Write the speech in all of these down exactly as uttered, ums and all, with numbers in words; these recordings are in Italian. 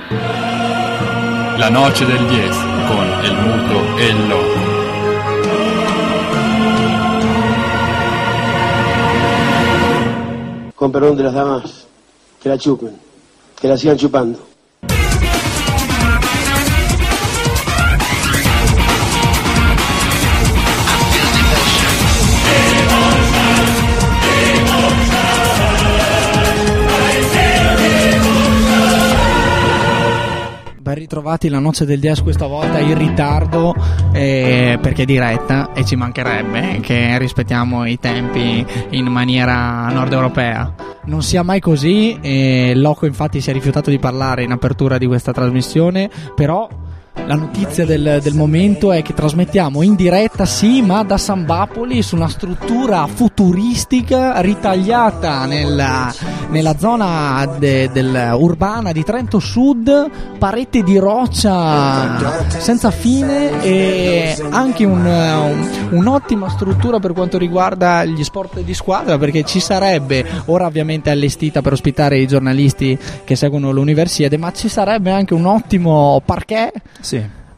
La noche del diez con el muto e el loco. Con perdón de las damas, que la chupen, que la sigan chupando. Ben ritrovati la noce del diez, questa volta in ritardo eh, perché è diretta e ci mancherebbe che rispettiamo i tempi in maniera nord europea. Non sia mai così, eh, Loco infatti si è rifiutato di parlare in apertura di questa trasmissione, però la notizia del, del momento è che trasmettiamo in diretta, sì, ma da Sambapoli, su una struttura futuristica ritagliata nella, nella zona de, del, urbana di Trento Sud, parete di roccia senza fine e anche un, un, un'ottima struttura per quanto riguarda gli sport di squadra, perché ci sarebbe, ora ovviamente allestita per ospitare i giornalisti che seguono l'Universiade, ma ci sarebbe anche un ottimo parquet. Sì.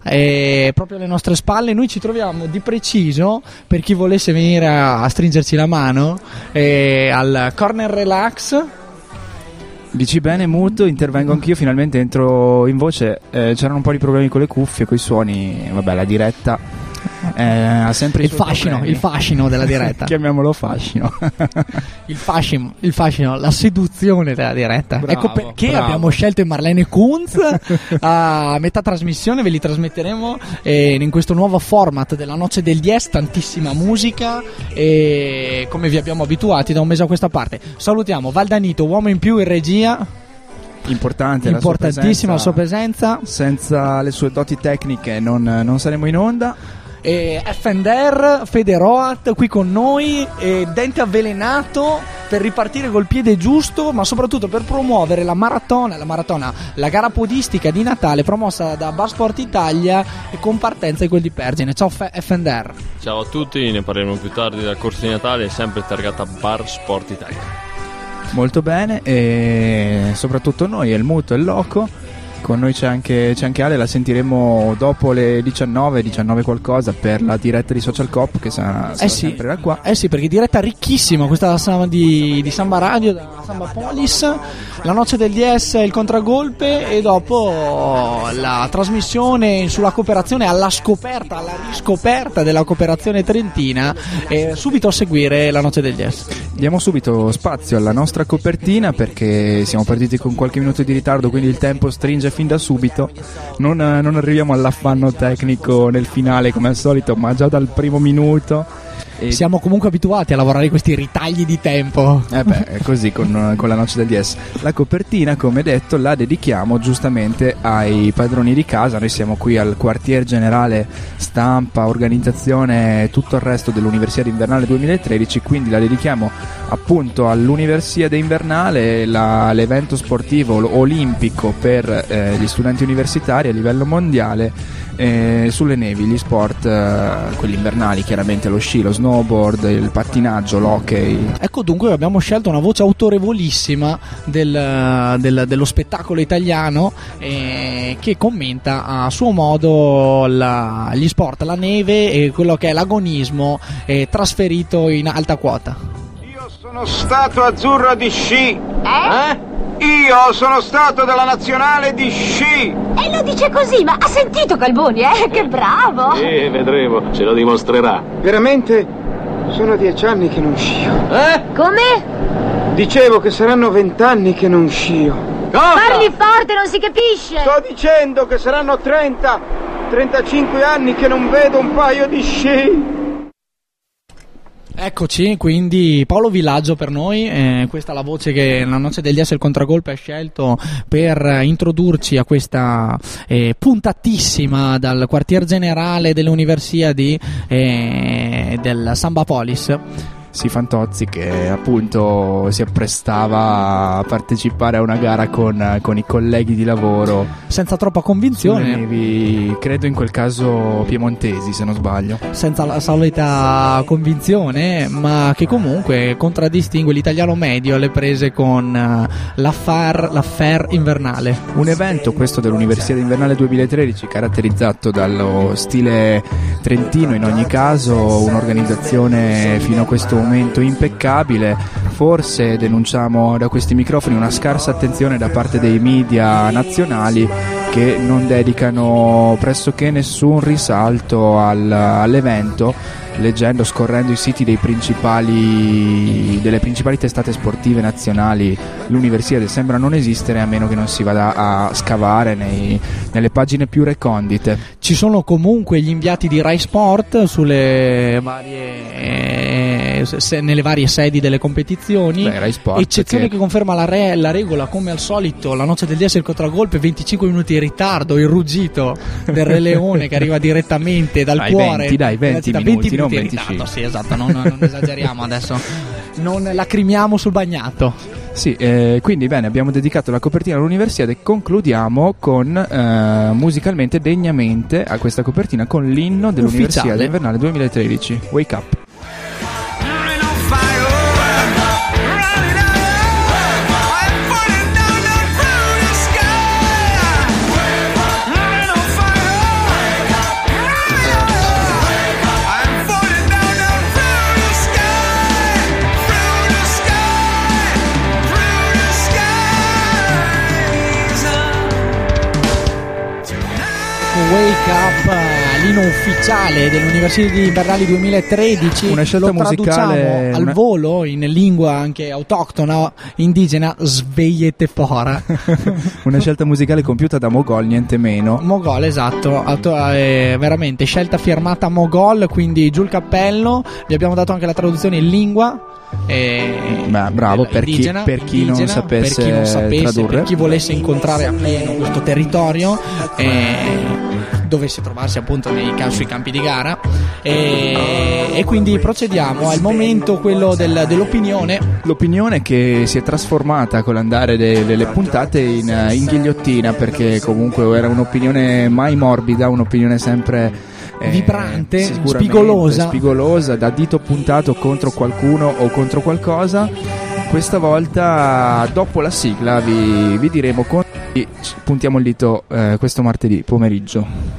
E proprio alle nostre spalle noi ci troviamo di preciso, per chi volesse venire a, a stringerci la mano, eh, al Corner Relax. Dici bene, Muto, intervengo anch'io, finalmente entro in voce. Eh, c'erano un po' di problemi con le cuffie, con i suoni, vabbè, la diretta eh, ha sempre il fascino, problemi. il fascino della diretta. Chiamiamolo fascino. il fascino, il fascino, la seduzione della diretta. Bravo, ecco perché bravo. abbiamo scelto Marlene Kunz. A metà trasmissione ve li trasmetteremo eh, in questo nuovo format della noce del diez, tantissima musica e come vi abbiamo abituati da un mese a questa parte. Salutiamo Valdanito, uomo in più in regia. Importante, importantissima la sua presenza. la sua presenza. Senza le sue doti tecniche non, non saremo in onda. E F and R, Fede Roat qui con noi, e Dente Avvelenato per ripartire col piede giusto, ma soprattutto per promuovere la maratona, la maratona, la gara podistica di Natale promossa da Bar Sport Italia e con partenza di quel di Pergine. Ciao F and R. Ciao a tutti, ne parleremo più tardi della corsa di Natale, sempre targata Bar Sport Italia. Molto bene, e soprattutto noi, il Muto e il Loco. Con noi c'è anche, c'è anche Ale, la sentiremo dopo le diciannove, diciannove qualcosa per la diretta di Social Coop che sarà, sarà eh sì, sempre da qua. Eh sì, perché diretta ricchissima questa di, di Samba Radio, da Samba Polis, la noce del diez, il contragolpe e dopo la trasmissione sulla cooperazione, alla scoperta, alla riscoperta della cooperazione trentina e subito a seguire la noce del diez. Diamo subito spazio alla nostra copertina perché siamo partiti con qualche minuto di ritardo, quindi il tempo stringe fin da subito. Non, non arriviamo all'affanno tecnico nel finale come al solito, ma già dal primo minuto. E siamo comunque abituati a lavorare questi ritagli di tempo. Eh beh, è così con, con la noce del diez. La copertina, come detto, la dedichiamo giustamente ai padroni di casa. Noi siamo qui al quartier generale stampa, organizzazione, tutto il resto dell'Universiade Invernale duemilatredici, quindi la dedichiamo appunto all'Universiade Invernale, la, l'evento sportivo olimpico per eh, gli studenti universitari a livello mondiale. Eh, sulle nevi, gli sport eh, quelli invernali, chiaramente lo sci, lo snowboard, il pattinaggio, l'hockey. Ecco dunque abbiamo scelto una voce autorevolissima del, del, dello spettacolo italiano eh, che commenta a suo modo la, gli sport, la neve e quello che è l'agonismo eh, trasferito in alta quota. Io sono stato azzurro di sci. Eh? Eh? Io sono stato della nazionale di sci. E lo dice così, ma ha sentito Calboni, eh? Che bravo! Sì, vedremo, ce lo dimostrerà. Veramente sono dieci anni che non scio. Eh? Come? Dicevo che saranno vent'anni che non scio. Cosa? Parli forte, non si capisce! Sto dicendo che saranno trenta, trentacinque anni che non vedo un paio di sci. Eccoci, quindi Paolo Villaggio per noi, eh, questa è la voce che la noce del diez il contragolpe ha scelto per introdurci a questa eh, puntatissima dal quartier generale delle Universiadi eh, del Samba Polis. Sì, Fantozzi, che appunto si apprestava a partecipare a una gara con, con i colleghi di lavoro senza troppa convinzione, nevi, credo in quel caso piemontesi se non sbaglio, senza la solita convinzione, ma che comunque contraddistingue l'italiano medio alle prese con l'affair, l'affair invernale. Un evento, questo dell'Universiade Invernale duemilatredici, caratterizzato dallo stile trentino in ogni caso, un'organizzazione fino a questo momento impeccabile. Forse denunciamo da questi microfoni una scarsa attenzione da parte dei media nazionali, che non dedicano pressoché nessun risalto al, all'evento. Leggendo, scorrendo i siti dei principali, delle principali testate sportive nazionali, l'Universiade sembra non esistere, a meno che non si vada a scavare nei, nelle pagine più recondite. Ci sono comunque gli inviati di Rai Sport sulle varie, se, nelle varie sedi delle competizioni. Beh, Rai Sport, eccezione che, che conferma la, re, la regola, come al solito. La noce del D S, il contragolpe, venticinque minuti in ritardo, il ruggito del Re Leone che arriva direttamente dal dai, cuore. venti, dai, venti minuti, venti non in ritardo, sì, esatto, non, non esageriamo adesso, non lacrimiamo sul bagnato. Sì, eh, quindi bene, abbiamo dedicato la copertina all'Universiade e concludiamo con eh, musicalmente, degnamente, a questa copertina con l'inno dell'Universiade Invernale duemilatredici, Wake Up. Wake Up, l'inno ufficiale dell'Universiade Invernale duemilatredici. Una scelta lo musicale al una... volo in lingua anche autoctona indigena, svegliete fora. Una scelta musicale compiuta da Mogol, niente meno. Mogol, esatto, Auto, eh, veramente scelta firmata Mogol, quindi giù il cappello. Vi abbiamo dato anche la traduzione in lingua. E Beh, bravo, per chi, indigena, per chi indigena, non sapesse, per chi non sapesse, tradurre, per chi volesse incontrare appieno questo territorio e dovesse trovarsi appunto nei, sui campi di gara, e, e quindi procediamo al momento, quello del, dell'opinione l'opinione che si è trasformata con l'andare de, delle puntate in, in ghigliottina, perché comunque era un'opinione mai morbida, un'opinione sempre Eh, vibrante, spigolosa. spigolosa, da dito puntato contro qualcuno o contro qualcosa. Questa volta, dopo la sigla, vi, vi diremo con chi puntiamo il dito eh, questo martedì pomeriggio.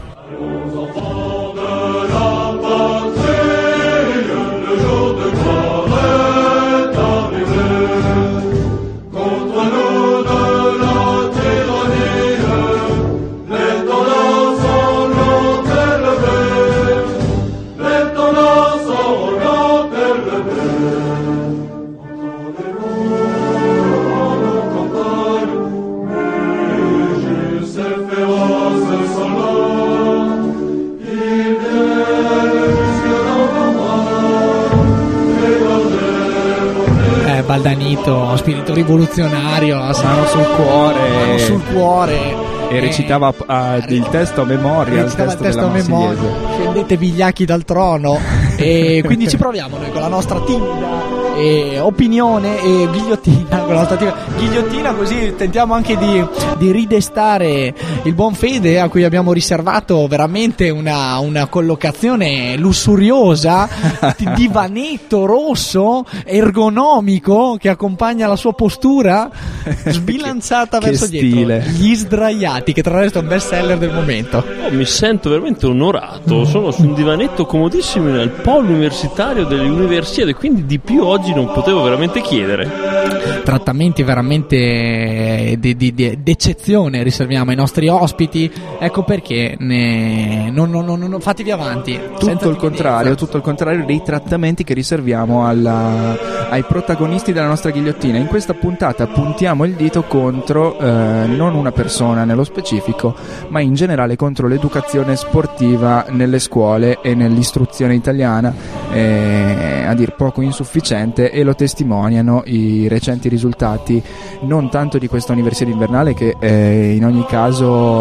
Baldanito, spirito rivoluzionario, mano sul cuore, mano sul cuore e recitava uh, il testo a memoria, il testo, il testo della a memoria. Marsigliese. Scendete vigliacchi dal trono. E quindi ci proviamo noi con la nostra timida e opinione e ghigliottina, con la nostra timida ghigliottina, così tentiamo anche di, di ridestare il buon Fede, a cui abbiamo riservato veramente una, una collocazione lussuriosa, divanetto rosso ergonomico che accompagna la sua postura sbilanciata che, verso che dietro. Stile. Gli sdraiati, che tra l'altro è un best seller del momento. Oh, mi sento veramente onorato, sono su un divanetto comodissimo nel polo universitario dell'Universiade, quindi di più oggi non potevo veramente chiedere. Trattamenti veramente di, di, di, d'eccezione riserviamo ai nostri ospiti, ecco perché ne, non, non, non, non fatevi avanti. Tutto il contrario, tutto il contrario dei trattamenti che riserviamo alla, ai protagonisti della nostra ghigliottina. In questa puntata puntiamo il dito contro eh, non una persona nello specifico, ma in generale contro l'educazione sportiva nelle scuole e nell'istruzione italiana, eh, a dir poco insufficiente, e lo testimoniano i recenti risultati non tanto di questa Universiade Invernale, che eh, in ogni caso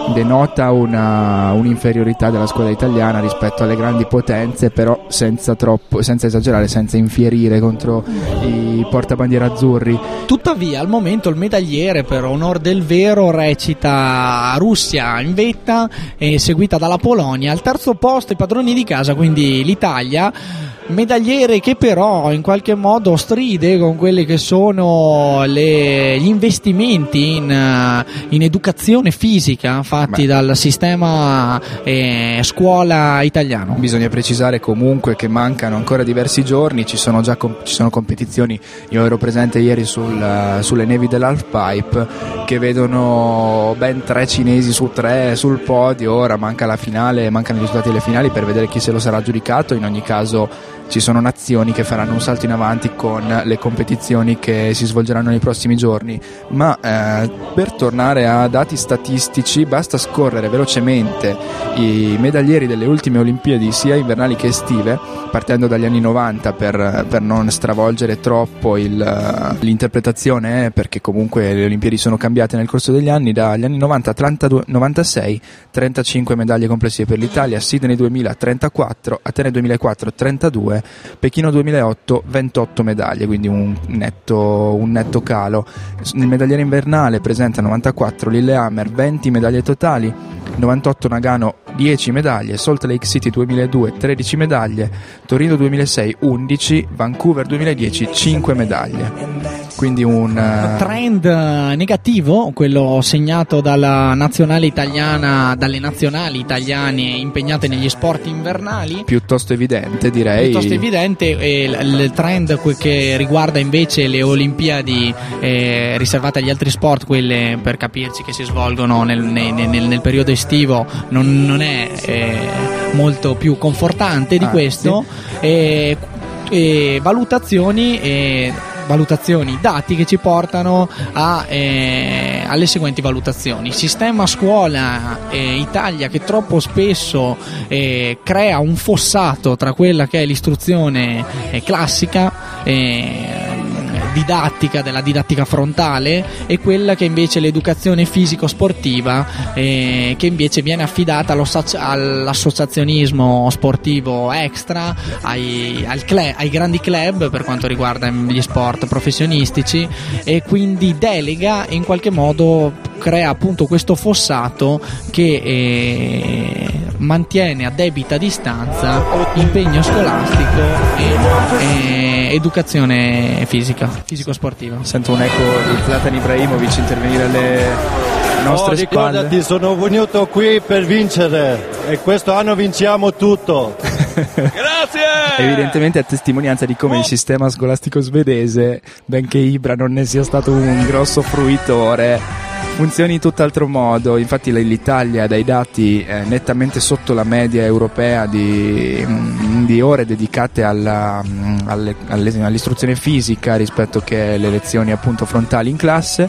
denota una, un'inferiorità della squadra italiana rispetto alle grandi potenze, però senza troppo, senza esagerare, senza infierire contro i portabandiera azzurri. Tuttavia al momento il medagliere, per onor del vero, recita Russia in vetta e seguita dalla Polonia, al terzo posto i padroni di casa, quindi l'Italia. Medagliere che però in qualche modo stride con quelli che sono le, gli investimenti in, in educazione fisica fatti Beh. dal sistema eh, scuola italiano. Bisogna precisare comunque che mancano ancora diversi giorni, ci sono già com- ci sono competizioni. Io ero presente ieri sul, uh, sulle nevi dell'Halfpipe che vedono ben tre cinesi su tre sul podio. Ora manca la finale, mancano i risultati delle finali per vedere chi se lo sarà aggiudicato. In ogni caso ci sono nazioni che faranno un salto in avanti con le competizioni che si svolgeranno nei prossimi giorni, ma eh, per tornare a dati statistici basta scorrere velocemente i medaglieri delle ultime Olimpiadi sia invernali che estive, partendo dagli anni novanta per, per non stravolgere troppo il, l'interpretazione, eh, perché comunque le Olimpiadi sono cambiate nel corso degli anni. Dagli anni novanta a trentadue, novantasei trentacinque medaglie complessive per l'Italia, Sydney duemila trentaquattro, Atene duemilaquattro trentadue, Pechino duemilaotto ventotto medaglie, quindi un netto, un netto calo. Nel medagliere invernale presenta novantaquattro Lillehammer, venti medaglie totali, novantotto Nagano dieci medaglie, Salt Lake City duemiladue tredici medaglie, Torino duemilasei undici, Vancouver duemiladieci cinque medaglie. Quindi un uh... trend negativo, quello segnato dalla nazionale italiana, dalle nazionali italiane impegnate negli sport invernali, piuttosto evidente, direi. Piuttosto evidente, e il trend che riguarda invece le Olimpiadi eh, riservate agli altri sport, quelle per capirci che si svolgono nel, nel, nel, nel periodo estivo, non, non è eh, molto più confortante di ah, questo. Sì. E, e valutazioni e valutazioni, dati che ci portano a, eh, alle seguenti valutazioni. Sistema scuola eh, Italia che troppo spesso eh, crea un fossato tra quella che è l'istruzione eh, classica, eh, didattica, della didattica frontale, e quella che invece è l'educazione fisico-sportiva, eh, che invece viene affidata all'associazionismo sportivo extra, ai, al club, ai grandi club per quanto riguarda gli sport professionistici, e quindi delega, in qualche modo crea appunto questo fossato che eh, mantiene a debita distanza impegno scolastico e eh, educazione fisica, fisico-sportiva. Sento un eco di Zlatan Ibrahimovic intervenire alle nostre oh, spalle. Ricordati, sono venuto qui per vincere e questo anno vinciamo tutto. Grazie! Evidentemente è testimonianza di come il sistema scolastico svedese, benché Ibra non ne sia stato un grosso fruitore, funzioni in tutt'altro modo. Infatti l'Italia, dai dati eh, nettamente sotto la media europea di, di ore dedicate alla, alle, all'istruzione fisica rispetto che alle lezioni appunto frontali in classe,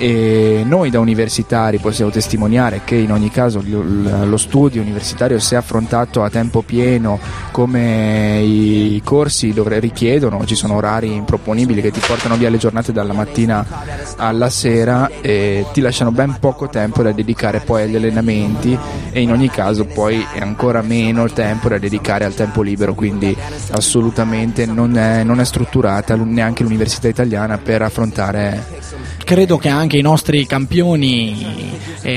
e noi da universitari possiamo testimoniare che in ogni caso lo studio universitario, se affrontato a tempo pieno come i corsi dovre, richiedono, ci sono orari improponibili che ti portano via le giornate dalla mattina alla sera e ti lasciano ben poco tempo da dedicare poi agli allenamenti, e in ogni caso poi è ancora meno tempo da dedicare al tempo libero, quindi assolutamente non è, non è strutturata neanche l'università italiana per affrontare. Credo che anche i nostri campioni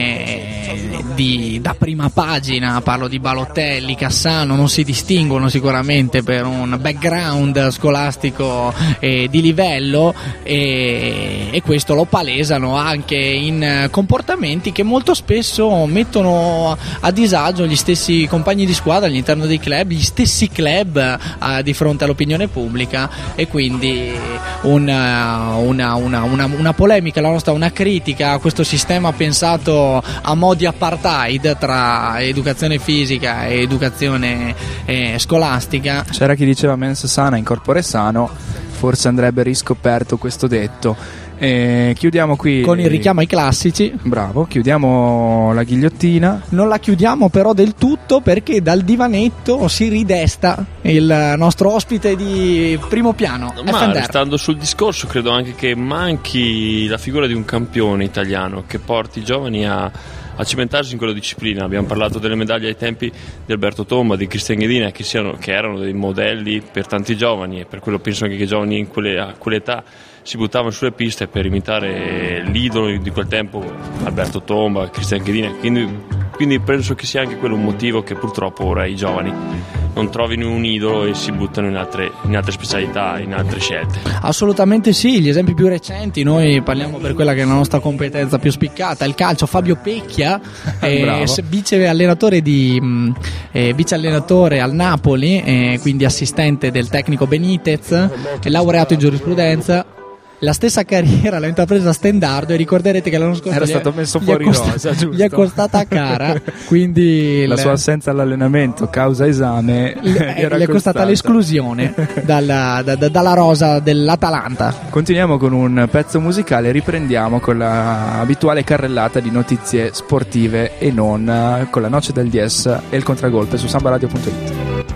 eh, di, da prima pagina, parlo di Balotelli, Cassano, non si distinguono sicuramente per un background scolastico eh, di livello, e, e questo lo palesano anche in comportamenti che molto spesso mettono a disagio gli stessi compagni di squadra all'interno dei club, gli stessi club eh, di fronte all'opinione pubblica, e quindi una, una, una, una, una polemica, la nostra, una critica a questo sistema pensato a mo' di apartheid tra educazione fisica e educazione eh, scolastica. C'era chi diceva mens sana in corpore sano, forse andrebbe riscoperto questo detto. E chiudiamo qui con il richiamo ai classici. Bravo, chiudiamo la ghigliottina. Non la chiudiamo però del tutto, perché dal divanetto si ridesta il nostro ospite di primo piano. Ma restando sul discorso, credo anche che manchi la figura di un campione italiano che porti i giovani a a cimentarsi in quella disciplina. Abbiamo parlato delle medaglie ai tempi di Alberto Tomba, di Cristian Ghedina, che, siano, che erano dei modelli per tanti giovani, e per quello penso anche che i giovani in quelle, a quell'età si buttavano sulle piste per imitare l'idolo di quel tempo, Alberto Tomba, Cristian Ghedina. Quindi, quindi penso che sia anche quello un motivo che purtroppo ora i giovani non trovino un idolo e si buttano in altre, in altre specialità, in altre scelte. Assolutamente sì, gli esempi più recenti, noi parliamo per quella che è la nostra competenza più spiccata, il calcio. Fabio Pecchia, eh, vice allenatore di mh, eh, vice allenatore al Napoli, eh, quindi assistente del tecnico Benitez, è laureato in giurisprudenza. La stessa carriera l'ha intrapresa a Stendardo, e ricorderete che l'anno scorso era gli stato è, messo gli fuori è costa- rosa, giusto? Gli è costata cara, quindi la il, sua assenza all'allenamento causa esame gli, era gli è costata l'esclusione dalla, da, da, dalla rosa dell'Atalanta. Continuiamo con un pezzo musicale e riprendiamo con la abituale carrellata di notizie sportive e non, con la Noce del diez e il contragolpe su samba radio punto it.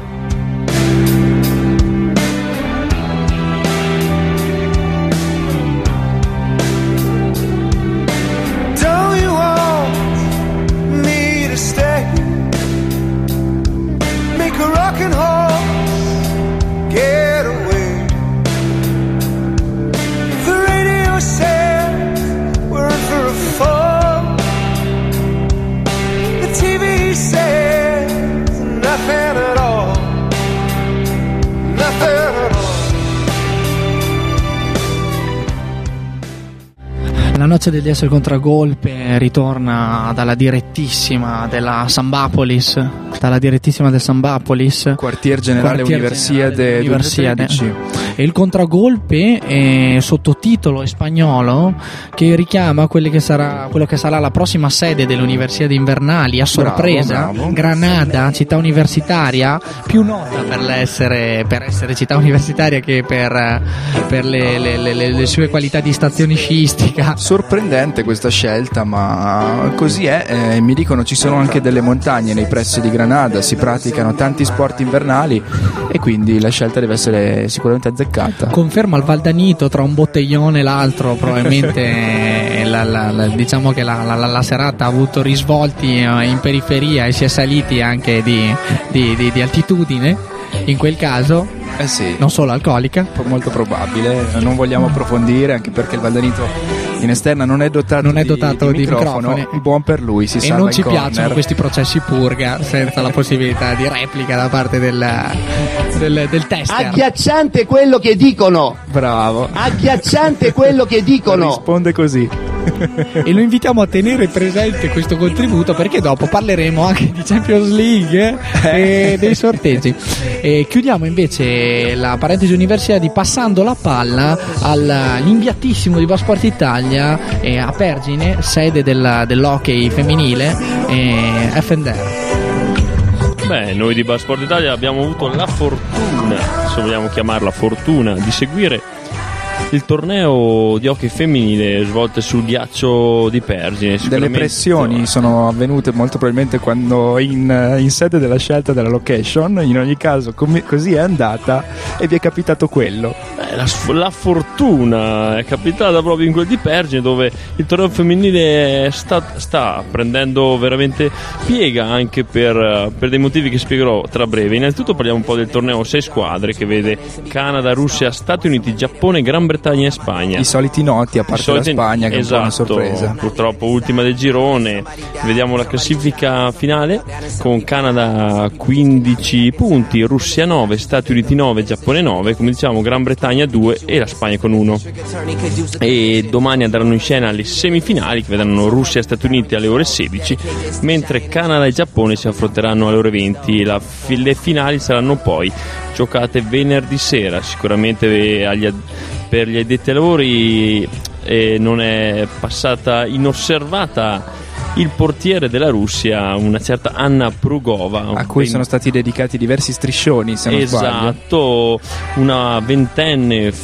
La noce del diez il contragolpe ritorna dalla direttissima della Sambapolis, dalla direttissima del Sambapolis, quartier generale quartier Universiade generale Universiade. E il contragolpe è sottotitolo in spagnolo che richiama quelli che sarà, quello che sarà la prossima sede delle Universiadi invernali a sorpresa. Bravo, bravo. Granada, città universitaria, più nota per essere, per essere città universitaria che per, per le, le, le, le sue qualità di stazione sciistica. Sorprendente questa scelta, ma così è. Eh, mi dicono ci sono anche delle montagne nei pressi di Granada, si praticano tanti sport invernali e quindi la scelta deve essere sicuramente azzeccata. Conferma il Valdanito, tra un botteglione e l'altro probabilmente la, la, la, diciamo che la, la, la serata ha avuto risvolti in periferia e si è saliti anche di, di, di, di altitudine in quel caso. Eh sì, non solo alcolica, molto probabile. Non vogliamo approfondire, anche perché il Valdanito in esterna non è dotato, non è di, dotato di, di microfono. microfoni. Buon per lui, si e salva non ci in corner. piacciono questi processi purga senza la possibilità di replica da parte del, del, del tester. Agghiacciante quello che dicono. Bravo. Agghiacciante quello che dicono. Risponde così. E lo invitiamo a tenere presente questo contributo, perché dopo parleremo anche di Champions League e dei sorteggi. E chiudiamo invece la parentesi universitaria passando la palla all'inviatissimo di Bassport Italia e a Pergine, sede del, dell'hockey femminile, e F and R. Beh, noi di Bassport Italia abbiamo avuto la fortuna, se vogliamo chiamarla fortuna, di seguire il torneo di hockey femminile svolto sul ghiaccio di Pergine. Delle pressioni sono avvenute molto probabilmente quando in, in sede della scelta della location. In ogni caso com- così è andata e vi è capitato quello. Beh, la, la fortuna è capitata proprio in quel di Pergine, dove il torneo femminile sta, sta prendendo veramente piega, anche per, per dei motivi che spiegherò tra breve. Innanzitutto parliamo un po' del torneo sei squadre, che vede Canada, Russia, Stati Uniti, Giappone, Gran Bretagna e Spagna. I soliti noti, a parte soliti... la Spagna, che esatto, è un po' una sorpresa. Purtroppo ultima del girone. Vediamo la classifica finale con Canada quindici punti, Russia nove, Stati Uniti nove, Giappone nove, come diciamo Gran Bretagna due e la Spagna con uno. E domani andranno in scena le semifinali, che vedranno Russia e Stati Uniti alle ore sedici, mentre Canada e Giappone si affronteranno alle ore venti. La, le finali saranno poi giocate venerdì sera. Sicuramente agli per gli addetti ai lavori eh, non è passata inosservata il portiere della Russia, una certa Anna Prugova, a cui sono stati dedicati diversi striscioni, se non esatto, sbaglio. Una ventenne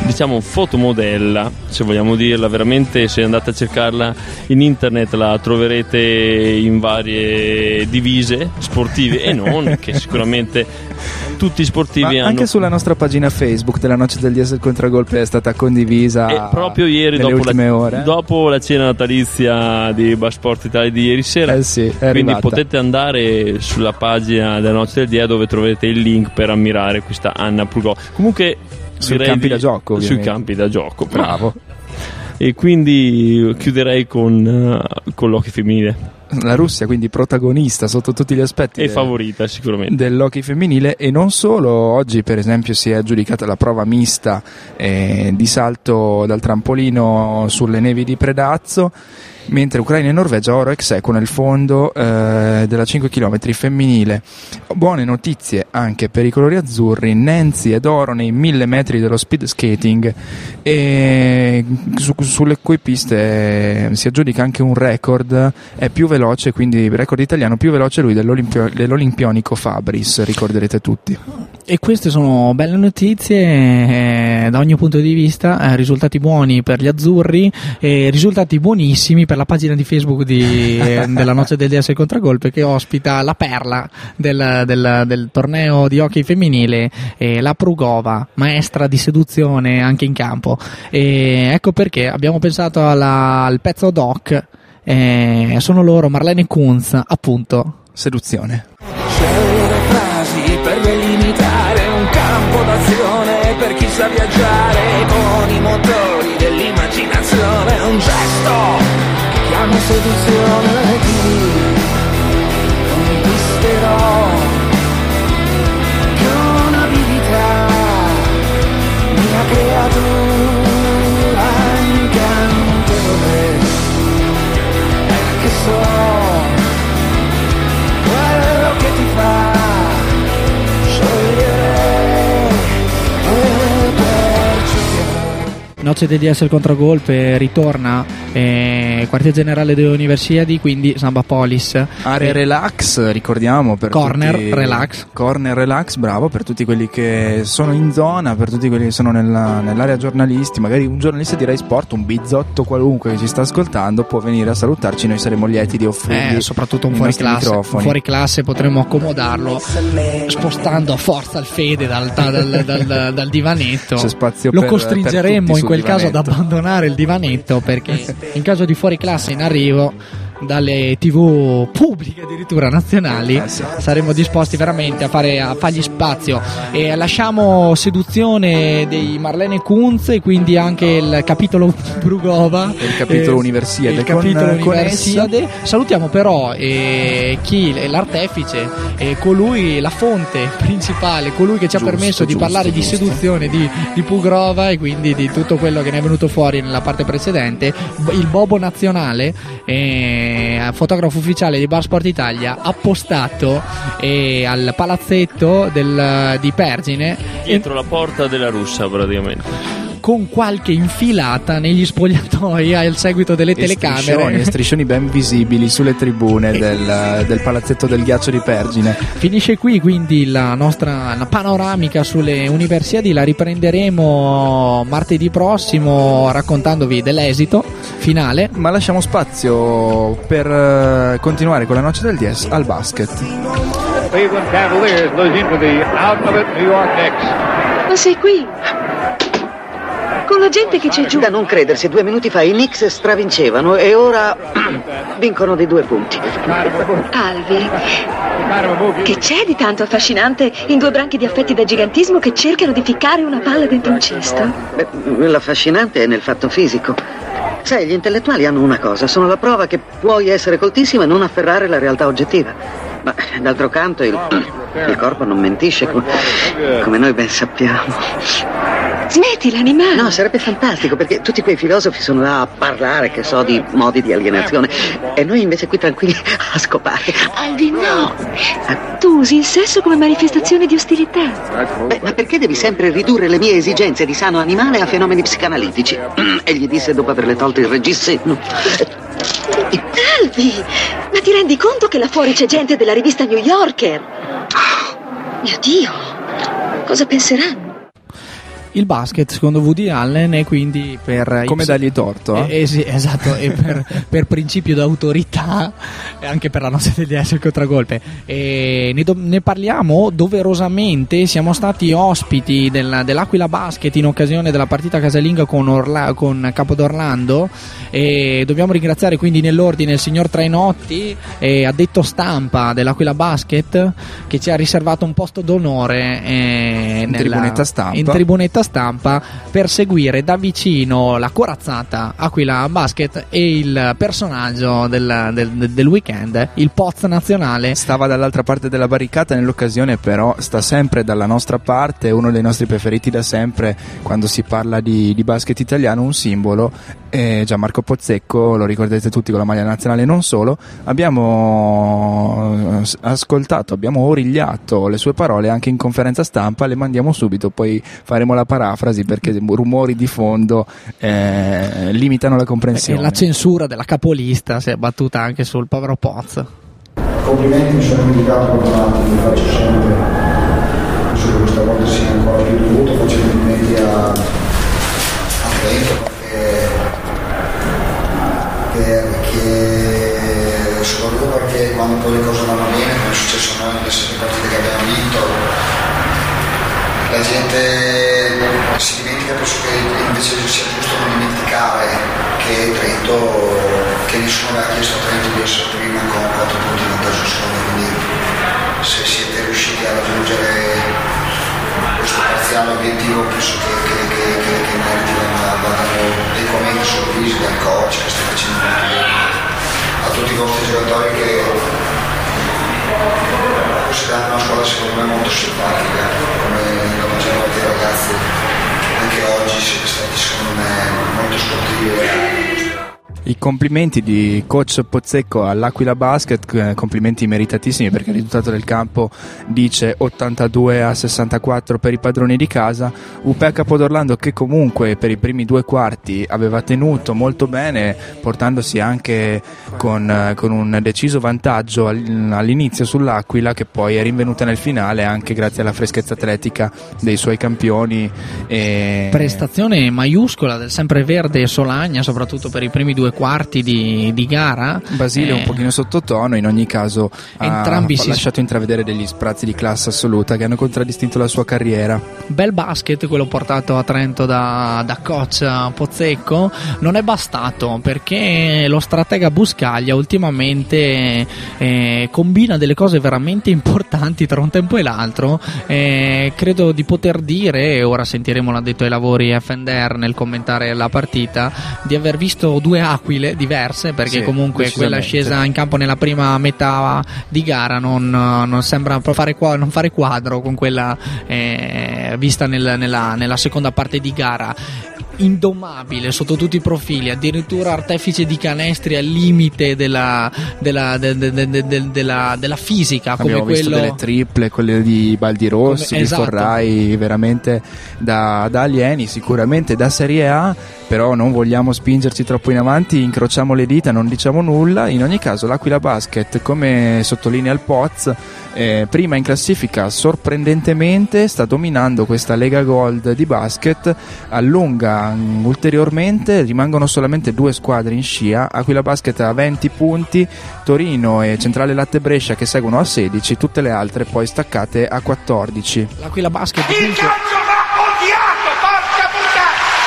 diciamo fotomodella, se vogliamo dirla. Veramente, se andate a cercarla in internet la troverete in varie divise sportive e non, che sicuramente tutti i sportivi Ma hanno. Anche sulla nostra pagina Facebook della Noce del Dies il Contragolpe è stata condivisa e proprio ieri, nelle dopo ultime la, ore, dopo la cena natalizia di Bar Sport Italia di ieri sera. Eh sì, è quindi arrivata. potete andare sulla pagina della Noce del Dies, dove troverete il link per ammirare questa Anna Prugova. Comunque sui direi campi di, da gioco, sui ovviamente. campi da gioco, Bravo. E quindi chiuderei con, uh, con l'hockey femminile. La Russia quindi protagonista sotto tutti gli aspetti E de- favorita sicuramente dell'hockey femminile, e non solo. Oggi per esempio si è aggiudicata la prova mista eh, di salto dal trampolino sulle nevi di Predazzo, mentre Ucraina e Norvegia oro ex aequo nel fondo eh, della cinque chilometri femminile. Buone notizie anche per i colori azzurri: Nancy ed oro nei mille metri dello speed skating, e su, sulle cui piste eh, si aggiudica anche un record, è più veloce, quindi record italiano più veloce lui dell'olimpio, dell'olimpionico Fabris, ricorderete tutti. E queste sono belle notizie eh, da ogni punto di vista, eh, risultati buoni per gli azzurri e risultati buonissimi per la pagina di Facebook di, eh, della Noce del Dies il Contragolpe, che ospita la perla del, del, del torneo di hockey femminile, eh, la Prugova, maestra di seduzione anche in campo. E ecco perché abbiamo pensato alla, al pezzo doc, eh, sono loro, Marlene Kunz, appunto. Seduzione. Scegliere frasi per delimitare un campo d'azione per chi sa viaggiare con i motori dell'immaginazione, un gesto che chiamo seduzione, ti conquisterò con abilità, mia creatura incantevole, che so che ti fa scegliere e percepire. Noce del Dies il Contragolpe ritorna, eh, quartier generale delle Universiadi, quindi Samba Polis. Area eh, relax, ricordiamo, per Corner tutti, relax. Corner relax, bravo, per tutti quelli che sono in zona, per tutti quelli che sono nella, nell'area giornalisti, magari un giornalista di Rai Sport, un bizzotto qualunque che ci sta ascoltando può venire a salutarci, noi saremo lieti di offrirgli Eh, soprattutto un i fuori nostri classe, un microfoni. fuori classe potremmo accomodarlo spostando a forza il Fede dal, dal, dal, dal, dal divanetto. C'è spazio Lo per- costringeremmo per tutti in quel sul caso ad divanetto. abbandonare il divanetto, perché in caso di fuori classe in arrivo dalle tivù pubbliche addirittura nazionali, Eh, sì. saremmo disposti veramente a, fare, a fargli spazio. E lasciamo seduzione dei Marlene Kunz e quindi anche il capitolo Prugova, Il capitolo Universiade il con- capitolo con Universiade. Salutiamo però eh, chi l'artefice, eh, colui, la fonte principale, colui che ci ha Giusto, permesso di giusto, parlare di giusto. seduzione di, di Pugrova e quindi di tutto quello che ne è venuto fuori nella parte precedente, il Bobo nazionale, eh, fotografo ufficiale di Bar Sport Italia, appostato eh, al palazzetto del, di Pergine, dietro la porta della Russia praticamente, con qualche infilata negli spogliatoi al seguito delle E striscioni, e telecamere. striscioni ben visibili sulle tribune del, del palazzetto del ghiaccio di Pergine. Finisce qui quindi la nostra la panoramica sulle Universiadi, la riprenderemo martedì prossimo raccontandovi dell'esito finale. Ma lasciamo spazio per eh, continuare con la Noce del Dies al basket. Cleveland Cavaliers losing to the out of it New York Knicks. Ma sei qui? Con la gente che c'è giù. Da non credersi, due minuti fa i Knicks stravincevano e ora vincono di due punti. Alvi, che c'è di tanto affascinante in due branchi di affetti da gigantismo che cercano di ficcare una palla dentro un cesto? Beh, l'affascinante è nel fatto fisico. Sai, gli intellettuali hanno una cosa, sono la prova che puoi essere coltissimo e non afferrare la realtà oggettiva. Ma d'altro canto il, il corpo non mentisce, come, come noi ben sappiamo. Smettila, animale! No, sarebbe fantastico, perché tutti quei filosofi sono là a parlare, che so, di modi di alienazione, e noi invece qui tranquilli a scopare. Alvi, no! Tu usi il sesso come manifestazione di ostilità. Beh, ma perché devi sempre ridurre le mie esigenze di sano animale a fenomeni psicanalitici? Egli disse dopo averle tolto il reggiseno. Alvi, ma ti rendi conto che là fuori c'è gente della rivista New Yorker? Mio Dio, cosa penseranno? il basket secondo Woody Allen, e quindi per come ips- dargli torto eh? Eh, eh, sì, esatto, e per, per principio d'autorità e anche per la noce del D S il contragolpe, e ne, do- ne parliamo doverosamente. Siamo stati ospiti del, dell'Aquila Basket in occasione della partita casalinga con, Orla- con Capodorlando, e dobbiamo ringraziare quindi nell'ordine il signor Trainotti, eh, addetto stampa dell'Aquila Basket, che ci ha riservato un posto d'onore eh, in, nella, tribunetta stampa. in tribunetta stampa per seguire da vicino la corazzata Aquila Basket e il personaggio del, del, del weekend, il Poz nazionale. Stava dall'altra parte della barricata nell'occasione, però sta sempre dalla nostra parte, uno dei nostri preferiti da sempre quando si parla di, di basket italiano, un simbolo. eh, Gianmarco Pozzecco, lo ricordate tutti con la maglia nazionale, non solo. Abbiamo ascoltato, abbiamo origliato le sue parole anche in conferenza stampa, le mandiamo subito, poi faremo la parafrasi perché rumori di fondo eh, limitano la comprensione. E la censura della capolista si è battuta anche sul povero Poz. Complimenti, mi sono indicato con tanti, li faccio sempre, penso che questa volta sia ancora più dovuto, faccio complimenti a, a Trento perché, perché soprattutto perché quando poi le cose vanno bene, come è successo a noi nelle sette partite che abbiamo vinto, la gente si dimentica, penso che invece sia giusto non dimenticare che Trento, che nessuno aveva chiesto a Trento di essere prima con quattro punti di vantaggio solo, quindi se siete riusciti a raggiungere questo parziale obiettivo penso che, che, che, che, che meriti dei commenti sorpresi dal coach che sta facendo molto bene, a tutti i vostri giocatori che considerano una squadra secondo me molto simpatica, come la maggior parte dei ragazzi anche oggi siete stati secondo me molto sportivi e reali. I complimenti di coach Pozzecco all'Aquila Basket, complimenti meritatissimi perché il risultato del campo dice ottantadue a sessantaquattro per i padroni di casa. U P A Capodorlando che comunque per i primi due quarti aveva tenuto molto bene, portandosi anche con, con un deciso vantaggio all'inizio sull'Aquila, che poi è rinvenuta nel finale anche grazie alla freschezza atletica dei suoi campioni. E... prestazione maiuscola del sempreverde Solagna, soprattutto per i primi due quarti di, di gara. Basile eh, un pochino sottotono, in ogni caso entrambi ha si lasciato intravedere degli sprazzi di classe assoluta che hanno contraddistinto la sua carriera. Bel basket quello portato a Trento da, da coach Pozzecco. Non è bastato perché lo stratega Buscaglia ultimamente eh, combina delle cose veramente importanti tra un tempo e l'altro. eh, credo di poter dire, e ora sentiremo l'addetto ai lavori Fender nel commentare la partita, di aver visto due aquile diverse, perché sì, comunque quella scesa in campo nella prima metà di gara non, non sembra fare, non fare quadro con quella eh, vista nel, nella, nella seconda parte di gara. Indomabile sotto tutti i profili, addirittura artefice di canestri al limite della, della, de, de, de, de, de, della, della fisica. Abbiamo come visto quello... delle triple, quelle di Baldi Rossi, come, di esatto. Forrai, veramente da, da alieni, sicuramente da Serie A, però non vogliamo spingerci troppo in avanti, incrociamo le dita, non diciamo nulla. In ogni caso l'Aquila Basket, come sottolinea il Poz, eh, prima in classifica sorprendentemente sta dominando questa Lega Gold di basket, allunga ulteriormente, rimangono solamente due squadre in scia. Aquila Basket a venti punti, Torino e Centrale Latte Brescia che seguono a sedici, tutte le altre poi staccate a quattordici. L'Aquila Basket il dunque... calcio va odiato, porca puttana!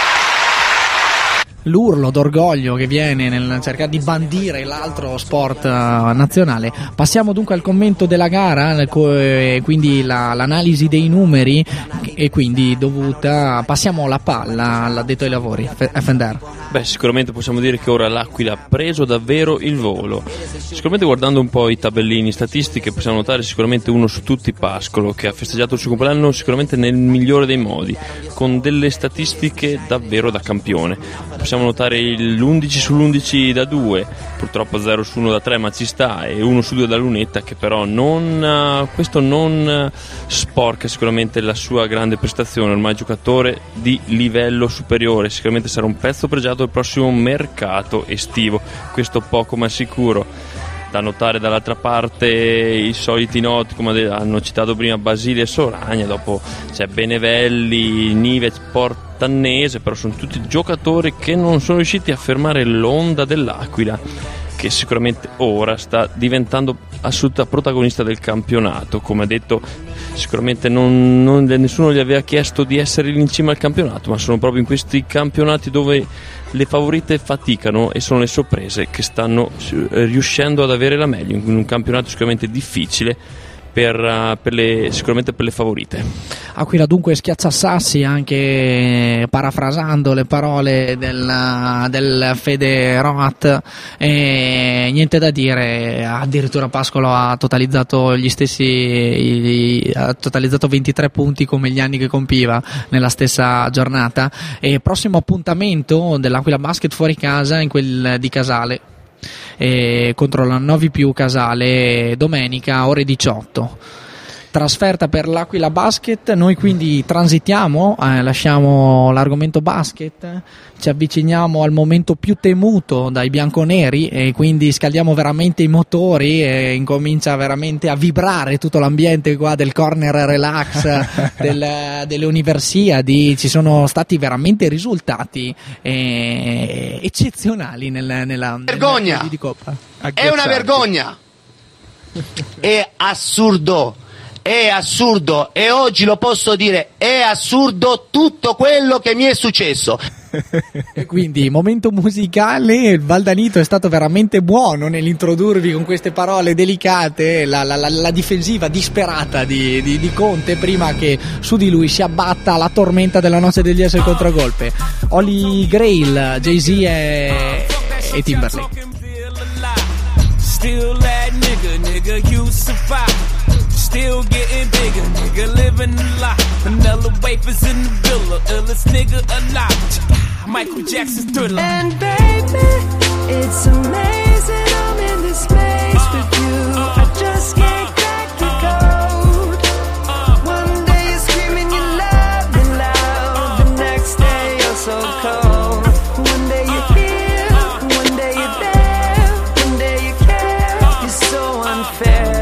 L'urlo d'orgoglio che viene nel cercare di bandire l'altro sport uh, nazionale. Passiamo dunque al commento della gara, e quindi la, l'analisi dei numeri, e quindi dovuta, passiamo la palla all'addetto ai lavori Fender. Beh, sicuramente possiamo dire che ora l'Aquila ha preso davvero il volo. Sicuramente guardando un po' i tabellini, statistiche, possiamo notare sicuramente uno su tutti Pascolo, che ha festeggiato il suo compleanno sicuramente nel migliore dei modi, con delle statistiche davvero da campione. Possiamo notare l'undici sull'undici da due, purtroppo zero su uno da tre, ma ci sta, e uno su due da lunetta, che però non, questo non sporca sicuramente la sua grande prestazione. Ormai giocatore di livello superiore, sicuramente sarà un pezzo pregiato del prossimo mercato estivo, questo poco ma sicuro. Da notare dall'altra parte i soliti noti, come hanno citato prima Basile e Soragna, dopo c'è Benevelli, Nivec, Portannese, però sono tutti giocatori che non sono riusciti a fermare l'onda dell'Aquila, che sicuramente ora sta diventando assoluta protagonista del campionato. Come detto, sicuramente non, non, nessuno gli aveva chiesto di essere lì in cima al campionato, ma sono proprio in questi campionati dove le favorite faticano e sono le sorprese che stanno riuscendo ad avere la meglio, in un campionato sicuramente difficile per, per le, sicuramente per le favorite. Aquila dunque schiaccia sassi, anche parafrasando le parole del, del Fede Roat, e niente da dire, addirittura Pascolo ha totalizzato gli stessi ha totalizzato ventitré punti come gli anni che compiva nella stessa giornata. E prossimo appuntamento dell'Aquila Basket fuori casa in quel di Casale, e contro la Novi Più Casale, domenica ore diciotto. Trasferta per l'Aquila Basket. Noi quindi transitiamo, eh, lasciamo l'argomento basket, ci avviciniamo al momento più temuto dai bianconeri, e quindi scaldiamo veramente i motori e incomincia veramente a vibrare tutto l'ambiente qua del corner relax del, delle Universiadi. Ci sono stati veramente risultati eh, eccezionali nel, nella vergogna nel di Coppa. È una vergogna, è assurdo. È assurdo, e oggi lo posso dire, è assurdo tutto quello che mi è successo. E quindi momento musicale, il Valdanito è stato veramente buono nell'introdurvi con queste parole delicate la, la, la, la difensiva disperata di, di, di Conte prima che su di lui si abbatta la tormenta della noce degli S contragolpe. Holy Grail, Jay-Z e, e Timberlake. Still that nigga, nigga, you survive. Still getting bigger, nigga, living a lot. Vanilla wafers in the villa, illest nigga alive. Michael Jackson's Thriller. And baby, it's amazing I'm in this space with you. I just can't crack the code. One day you're screaming you love me loud, the next day you're so cold. One day you're here, one day you're there, one day you care, you're so unfair.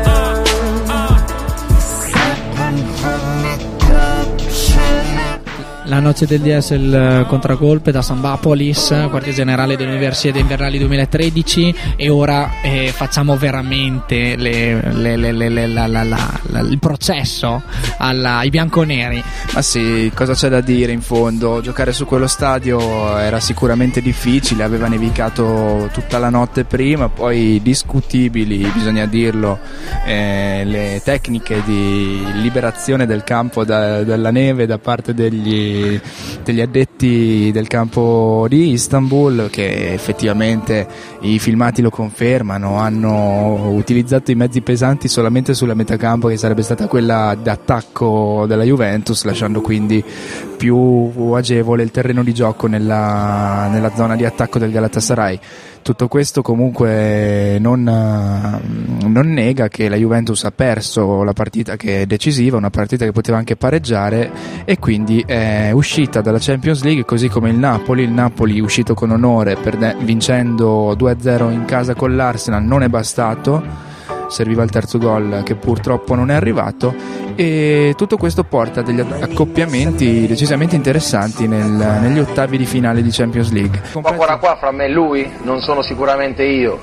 La noce del D S, il contragolpe da Sambapolis, quartier generale delle Universiadi Invernali duemilatredici, e ora eh, facciamo veramente le, le, le, le, le, la, la, la, la, il processo alla, ai bianconeri. Ma sì, cosa c'è da dire in fondo? Giocare su quello stadio era sicuramente difficile, aveva nevicato tutta la notte prima, poi discutibili, bisogna dirlo, eh, le tecniche di liberazione del campo da, dalla neve da parte degli degli addetti del campo di Istanbul, che effettivamente i filmati lo confermano. Hanno utilizzato i mezzi pesanti solamente sulla metà campo, che sarebbe stata quella d'attacco della Juventus, lasciando quindi più agevole il terreno di gioco nella, nella zona di attacco del Galatasaray. Tutto questo comunque non, non nega che la Juventus ha perso la partita che è decisiva, una partita che poteva anche pareggiare, e quindi è uscita dalla Champions League, così come il Napoli. Il Napoli uscito con onore, perde- vincendo due a zero in casa con l'Arsenal, non è bastato, serviva il terzo gol che purtroppo non è arrivato, e tutto questo porta a degli accoppiamenti decisamente interessanti nel, negli ottavi di finale di Champions League. Qua qua qua fra me e lui non sono sicuramente io,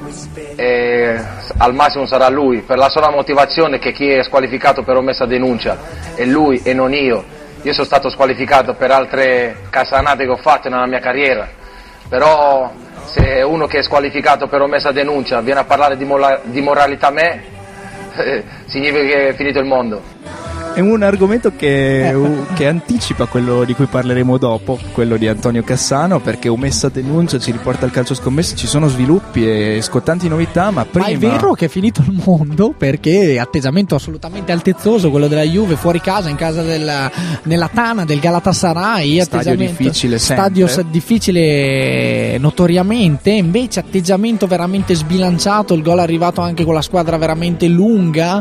e al massimo sarà lui, per la sola motivazione che chi è squalificato per omessa denuncia è lui e non io. Io sono stato squalificato per altre casanate che ho fatto nella mia carriera, però se uno che è squalificato per omessa denuncia viene a parlare di, mola- di moralità a me, eh, significa che è finito il mondo. È un argomento che, che anticipa quello di cui parleremo dopo, quello di Antonio Cassano, perché omessa denuncia ci riporta al calcio scommesso, ci sono sviluppi e scottanti novità, ma prima... Ma è vero che è finito il mondo, perché atteggiamento assolutamente altezzoso quello della Juve fuori casa, in casa della, nella tana del Galatasaray, stadio difficile stadio sempre. difficile notoriamente, invece atteggiamento veramente sbilanciato, il gol è arrivato anche con la squadra veramente lunga,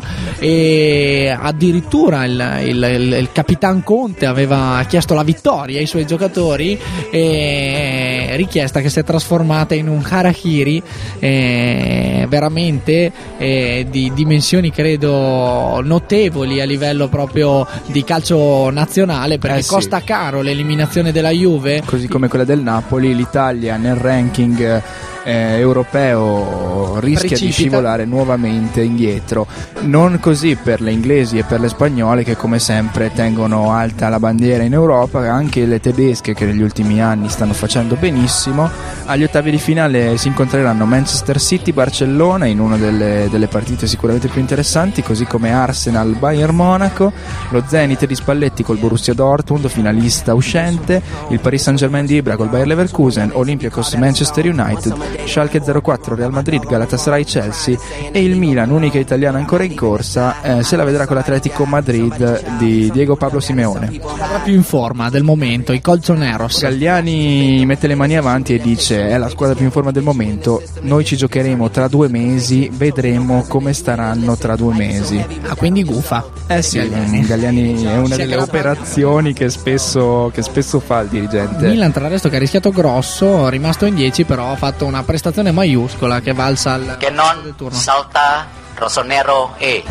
e addirittura Il, il, il, il Capitan Conte aveva chiesto la vittoria ai suoi giocatori, e eh, richiesta che si è trasformata in un harakiri eh, veramente eh, di dimensioni credo notevoli a livello proprio di calcio nazionale, perché Eh sì. costa caro l'eliminazione della Juve, Così come quella del Napoli, l'Italia nel ranking eh, europeo rischia Precipita. di scivolare nuovamente indietro. Non così per le inglesi e per le spagnole, che come sempre tengono alta la bandiera in Europa, anche le tedesche che negli ultimi anni stanno facendo benissimo. Agli ottavi di finale si incontreranno Manchester City, Barcellona in una delle, delle partite sicuramente più interessanti, così come Arsenal, Bayern Monaco, lo Zenit di Spalletti col Borussia Dortmund, finalista uscente, il Paris Saint-Germain di Ibra col Bayer Leverkusen, Olympiacos Manchester United, Schalke zero quattro Real Madrid, Galatasaray Chelsea, e il Milan, unica italiana ancora in corsa, eh, se la vedrà con l'Atletico Madrid di Diego Pablo Simeone. la più in forma del momento, i Colchoneros. Galliani mette le mani avanti e dice: è la squadra più in forma del momento, noi ci giocheremo tra due mesi, vedremo come staranno tra due mesi. Ah, quindi gufa. Eh sì, Galliani. Galliani è una Si è delle aggrappato. operazioni che spesso, che spesso fa il dirigente. Milan tra l'altro che ha rischiato grosso, rimasto in dieci, però ha fatto una prestazione maiuscola che valsa al che non salta rossonero e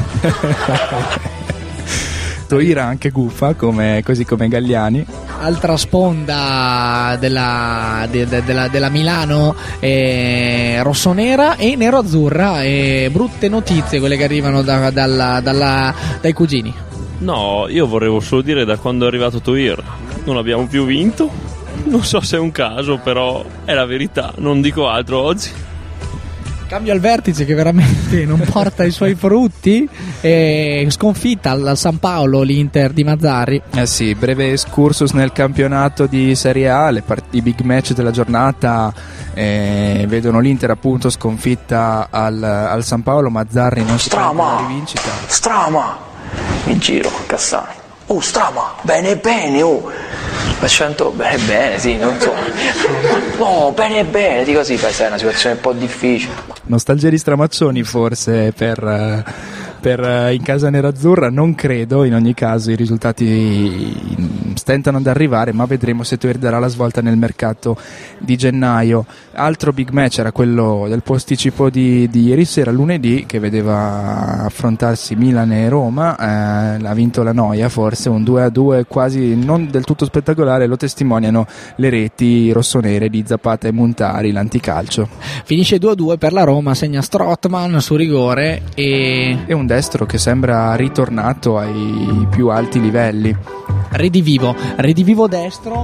Toira anche gufa, come, così come Galliani. altra sponda della, de- de- della, della Milano eh, rossonera e nero-azzurra, e brutte notizie quelle che arrivano da- dalla- dalla- dai cugini. No, io vorrei solo dire, da quando è arrivato Toir non abbiamo più vinto. Non so se è un caso, però è la verità, non dico altro oggi. Cambio al vertice che veramente non porta i suoi frutti, e sconfitta al San Paolo l'Inter di Mazzarri. Eh sì, breve excursus nel campionato di Serie A, le part- i big match della giornata eh, vedono l'Inter appunto sconfitta al, al San Paolo, Mazzarri non si prende la rivincita. Strama, mi giro, Cassani. Oh, Strama, bene bene, oh. L'accento bene bene, sì, non so. No, bene bene, dico sì, beh, sai, è una situazione un po' difficile. Nostalgia di Stramaccioni forse per, eh, per eh, in casa nerazzurra, non credo. In ogni caso i risultati stentano ad arrivare, ma vedremo se Toir darà la svolta nel mercato di gennaio. Altro big match era quello del posticipo di, di ieri sera, lunedì, che vedeva affrontarsi Milan e Roma. Eh, ha vinto la noia, forse un due a due quasi non del tutto spettacolare, lo testimoniano le reti rossonere di Zapata e Montari, l'anticalcio. Finisce due a due per la Roma, segna Strootman su rigore e... e un destro che sembra ritornato ai più alti livelli. Redivivo, redivivo destro,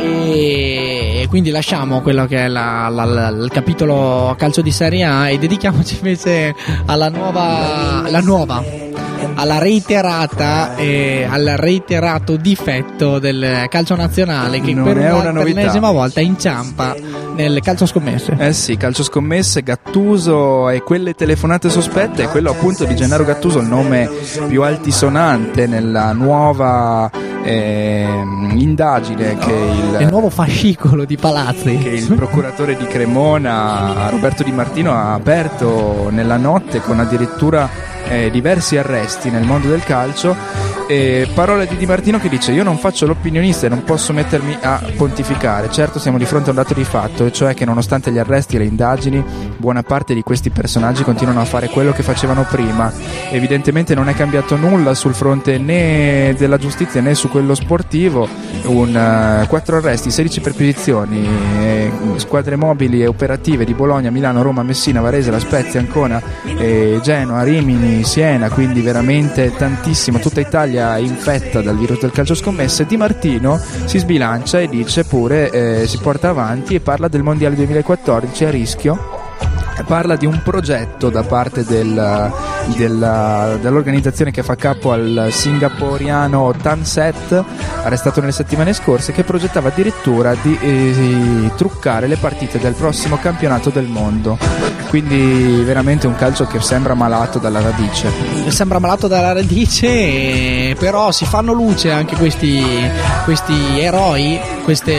e quindi lasciamo quello che è la, la, la, il capitolo calcio di Serie A e dedichiamoci invece alla nuova, la nuova alla reiterata eh, al reiterato difetto del calcio nazionale, che Non per, è una, una per novità. l'ennesima volta inciampa nel calcio scommesse. Eh sì, calcio scommesse, Gattuso e quelle telefonate sospette, e quello appunto di Gennaro Gattuso, il nome più altisonante nella nuova eh, indagine che il, il nuovo fascicolo di Palazzi che il procuratore di Cremona, Roberto Di Martino, ha aperto nella notte, con addirittura Eh, diversi arresti nel mondo del calcio. E parole di Di Martino che dice: io non faccio l'opinionista e non posso mettermi a pontificare. Certo, siamo di fronte a un dato di fatto, e cioè che nonostante gli arresti e le indagini, buona parte di questi personaggi continuano a fare quello che facevano prima. Evidentemente non è cambiato nulla sul fronte né della giustizia né su quello sportivo. Un uh, quattro arresti, sedici perquisizioni, eh, squadre mobili e operative di Bologna, Milano, Roma, Messina, Varese, La Spezia, Ancona, eh, Genoa, Rimini, Siena, quindi veramente tantissimo. Tutta Italia infetta dal virus del calcio scommesse. Di Martino si sbilancia e dice pure, eh, si porta avanti e parla del mondiale duemilaquattordici a rischio. Parla di un progetto da parte del, del, dell'organizzazione che fa capo al singaporiano Tanset, arrestato nelle settimane scorse, che progettava addirittura di eh, truccare le partite del prossimo campionato del mondo. Quindi veramente un calcio che sembra malato dalla radice. Sembra malato dalla radice, eh, però si fanno luce anche questi, questi eroi, queste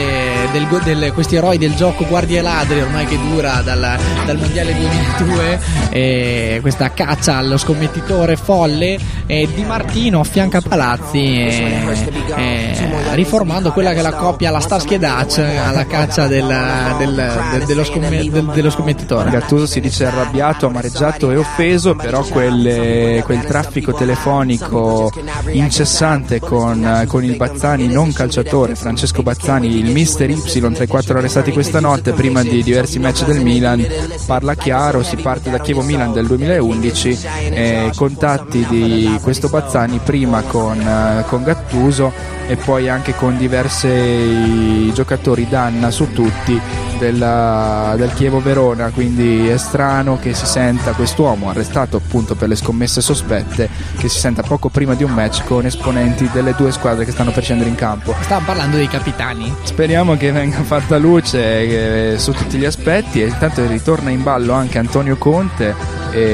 del, del, questi eroi del gioco Guardie e Ladri, ormai che dura dal, dal mondiale duemiladue, eh, questa caccia allo scommettitore folle, eh, Di Martino affianca Palazzi, eh, eh, riformando quella che è la coppia, la Starsky e Dutch, alla caccia del, del, del, dello, scomm- del, dello scommettitore. Gattuso si dice arrabbiato, amareggiato e offeso, però quelle, quel traffico telefonico incessante con, con il Bazzani, non calciatore, Francesco Bazzani, il mister Y tra i quattro arrestati questa notte prima di diversi match del Milan, parla chiaro. Si parte da Chievo Milan del duemilaundici, eh, contatti di questo Bazzani prima con, con Gattuso e poi anche con diversi giocatori danna su tutti della, del Chievo Verona, quindi è strano che si senta quest'uomo arrestato appunto per le scommesse sospette, che si senta poco prima di un match con esponenti delle due squadre che stanno per scendere in campo. Stavamo parlando dei capitani. Speriamo che venga fatta luce eh, su tutti gli aspetti, e intanto ritorna in ballo anche Antonio Conte.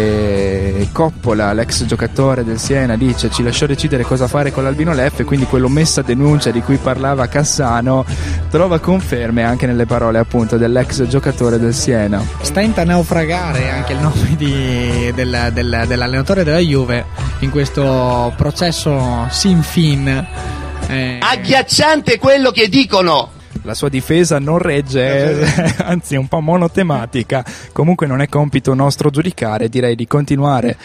E Coppola, l'ex giocatore del Siena, dice: ci lasciò decidere cosa fare con l'Albino Leffe, quindi quell'omessa denuncia di cui parlava Cassano trova conferme anche nelle parole appunto dell'ex giocatore del Siena. Stenta a naufragare anche il nome di, del, del, dell'allenatore della Juve in questo processo sin fin. Eh... Agghiacciante quello che dicono. La sua difesa non regge, eh, anzi è un po' monotematica. Comunque non è compito nostro giudicare, direi di continuare.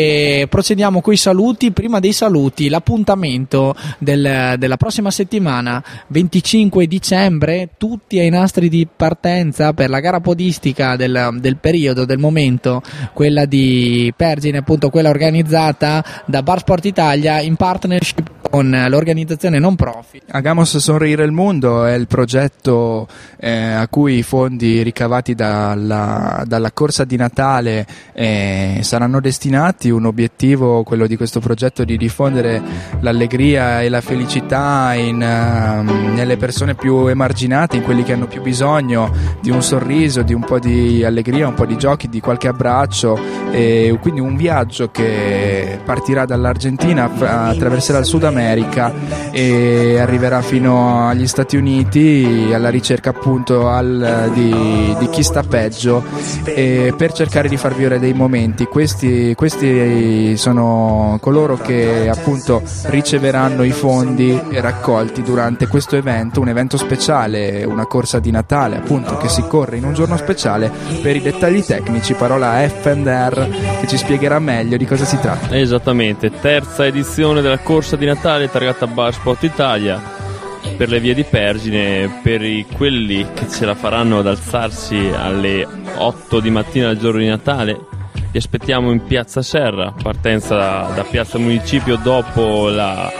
E procediamo coi saluti. Prima dei saluti, l'appuntamento del, della prossima settimana, venticinque dicembre, tutti ai nastri di partenza per la gara podistica del, del periodo, del momento, quella di Pergine, appunto quella organizzata da Bar Sport Italia in partnership con l'organizzazione non profit. Hagamos Sonrire il Mondo è il progetto eh, a cui i fondi ricavati dalla, dalla corsa di Natale eh, saranno destinati. Un obiettivo, quello di questo progetto, di diffondere l'allegria e la felicità in, uh, nelle persone più emarginate, in quelli che hanno più bisogno di un sorriso, di un po' di allegria, un po' di giochi, di qualche abbraccio, e quindi un viaggio che partirà dall'Argentina, attraverserà il Sud America e arriverà fino agli Stati Uniti alla ricerca appunto al, di, di chi sta peggio, e per cercare di far vivere dei momenti. Questi, questi sono coloro che appunto riceveranno i fondi raccolti durante questo evento, un evento speciale, una corsa di Natale appunto che si corre in un giorno speciale. Per i dettagli tecnici parola a Effender che ci spiegherà meglio di cosa si tratta. Esattamente, terza edizione della corsa di Natale targata Bar Sport Italia per le vie di Pergine. Per i, quelli che ce la faranno ad alzarsi alle otto di mattina del giorno di Natale, vi aspettiamo in Piazza Serra, partenza da, da Piazza Municipio dopo la,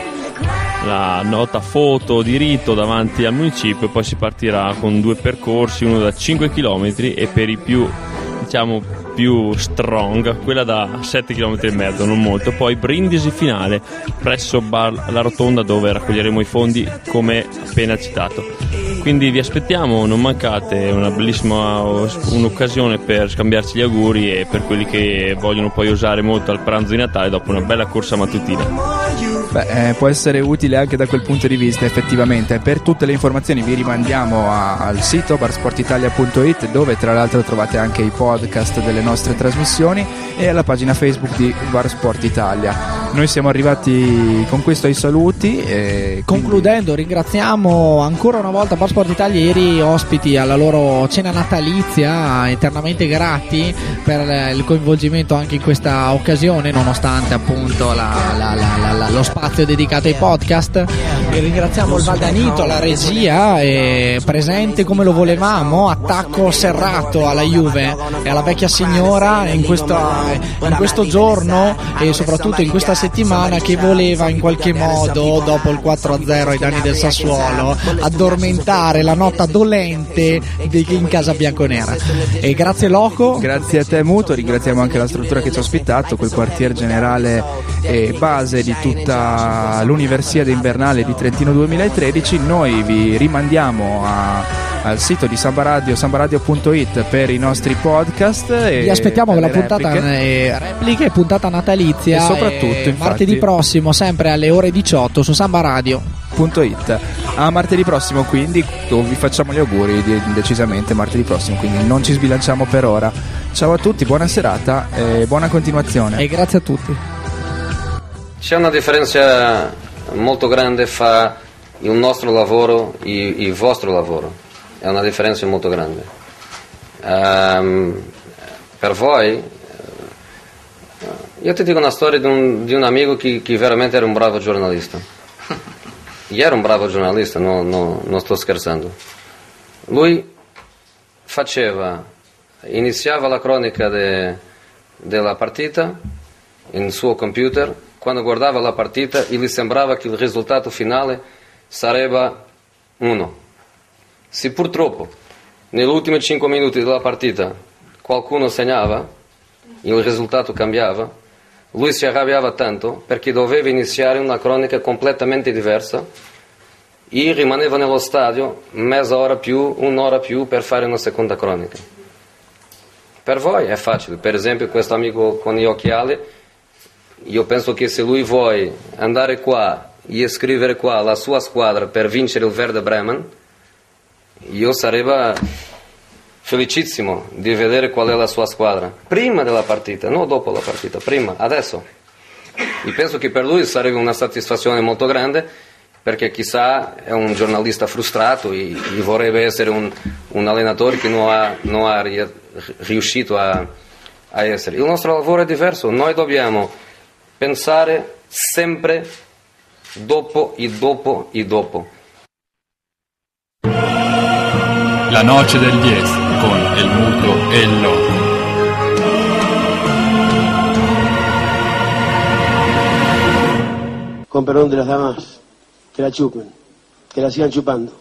la nota foto di rito davanti al municipio. Poi si partirà con due percorsi, uno da cinque chilometri e per i più, diciamo, più strong, quella da sette chilometri e mezzo, non molto. Poi brindisi finale presso Bar La Rotonda, dove raccoglieremo i fondi come appena citato. Quindi vi aspettiamo, non mancate, è una bellissima un'occasione per scambiarci gli auguri, e per quelli che vogliono poi usare molto al pranzo di Natale dopo una bella corsa mattutina. Beh, eh, può essere utile anche da quel punto di vista, effettivamente. Per tutte le informazioni vi rimandiamo a, al sito bar sport italia punto it, dove tra l'altro trovate anche i podcast delle nostre trasmissioni, e alla pagina Facebook di Bar Sport Italia. Noi siamo arrivati con questo ai saluti e concludendo quindi... ringraziamo ancora una volta Bar Sport Italia, ieri ospiti alla loro cena natalizia, eternamente grati per il coinvolgimento anche in questa occasione, nonostante appunto la, la, la, la, la, lo spazio dedicato ai podcast. E ringraziamo il Valdanito, la regia, e presente come lo volevamo, attacco serrato alla Juve e alla vecchia signora in, questa, in questo giorno e soprattutto in questa settimana, che voleva in qualche modo, dopo il quattro a zero ai danni del Sassuolo, addormentare la nota dolente di in casa bianconera. E grazie Loco. Grazie a te Muto, ringraziamo anche la struttura che ci ha ospitato, quel quartier generale e base di tutta l'Universiade Invernale di Trentino duemilatredici. Noi vi rimandiamo a, al sito di Samba Radio, samba radio punto it, per i nostri podcast. E vi aspettiamo con la puntata repliche. repliche e puntata natalizia, e soprattutto e martedì prossimo sempre alle ore diciotto su Samba Radio. punto it. A martedì prossimo, quindi vi facciamo gli auguri di, decisamente martedì prossimo, quindi non ci sbilanciamo per ora. Ciao a tutti, buona serata e buona continuazione. E grazie a tutti. C'è una differenza molto grande fra il nostro lavoro e il vostro lavoro, è una differenza molto grande. Um, per voi, io ti dico una storia di un, di un amico che, che veramente era un bravo giornalista. Io ero un bravo giornalista, no, no, non sto scherzando. Lui faceva, iniziava la cronaca de, della partita nel suo computer. Quando guardava la partita gli sembrava che il risultato finale sarebbe uno. Se purtroppo negli ultimi cinque minuti della partita qualcuno segnava, il risultato cambiava, lui si arrabbiava tanto perché doveva iniziare una cronaca completamente diversa e rimaneva nello stadio mezz'ora più, un'ora più per fare una seconda cronaca. Per voi è facile, per esempio questo amico con gli occhiali, io penso che se lui vuole andare qua e scrivere qua la sua squadra per vincere il Werder Bremen, io sarebbe felicissimo di vedere qual è la sua squadra prima della partita, non dopo la partita, prima, adesso. E penso che per lui sarebbe una soddisfazione molto grande, perché chissà è un giornalista frustrato e, e vorrebbe essere un, un allenatore che non ha, non ha riuscito a, a essere. Il nostro lavoro è diverso, noi dobbiamo pensare sempre dopo e dopo e dopo. La noche del diez con El Muto e el Loco. Con perdón de las damas, que la chupen, que la sigan chupando.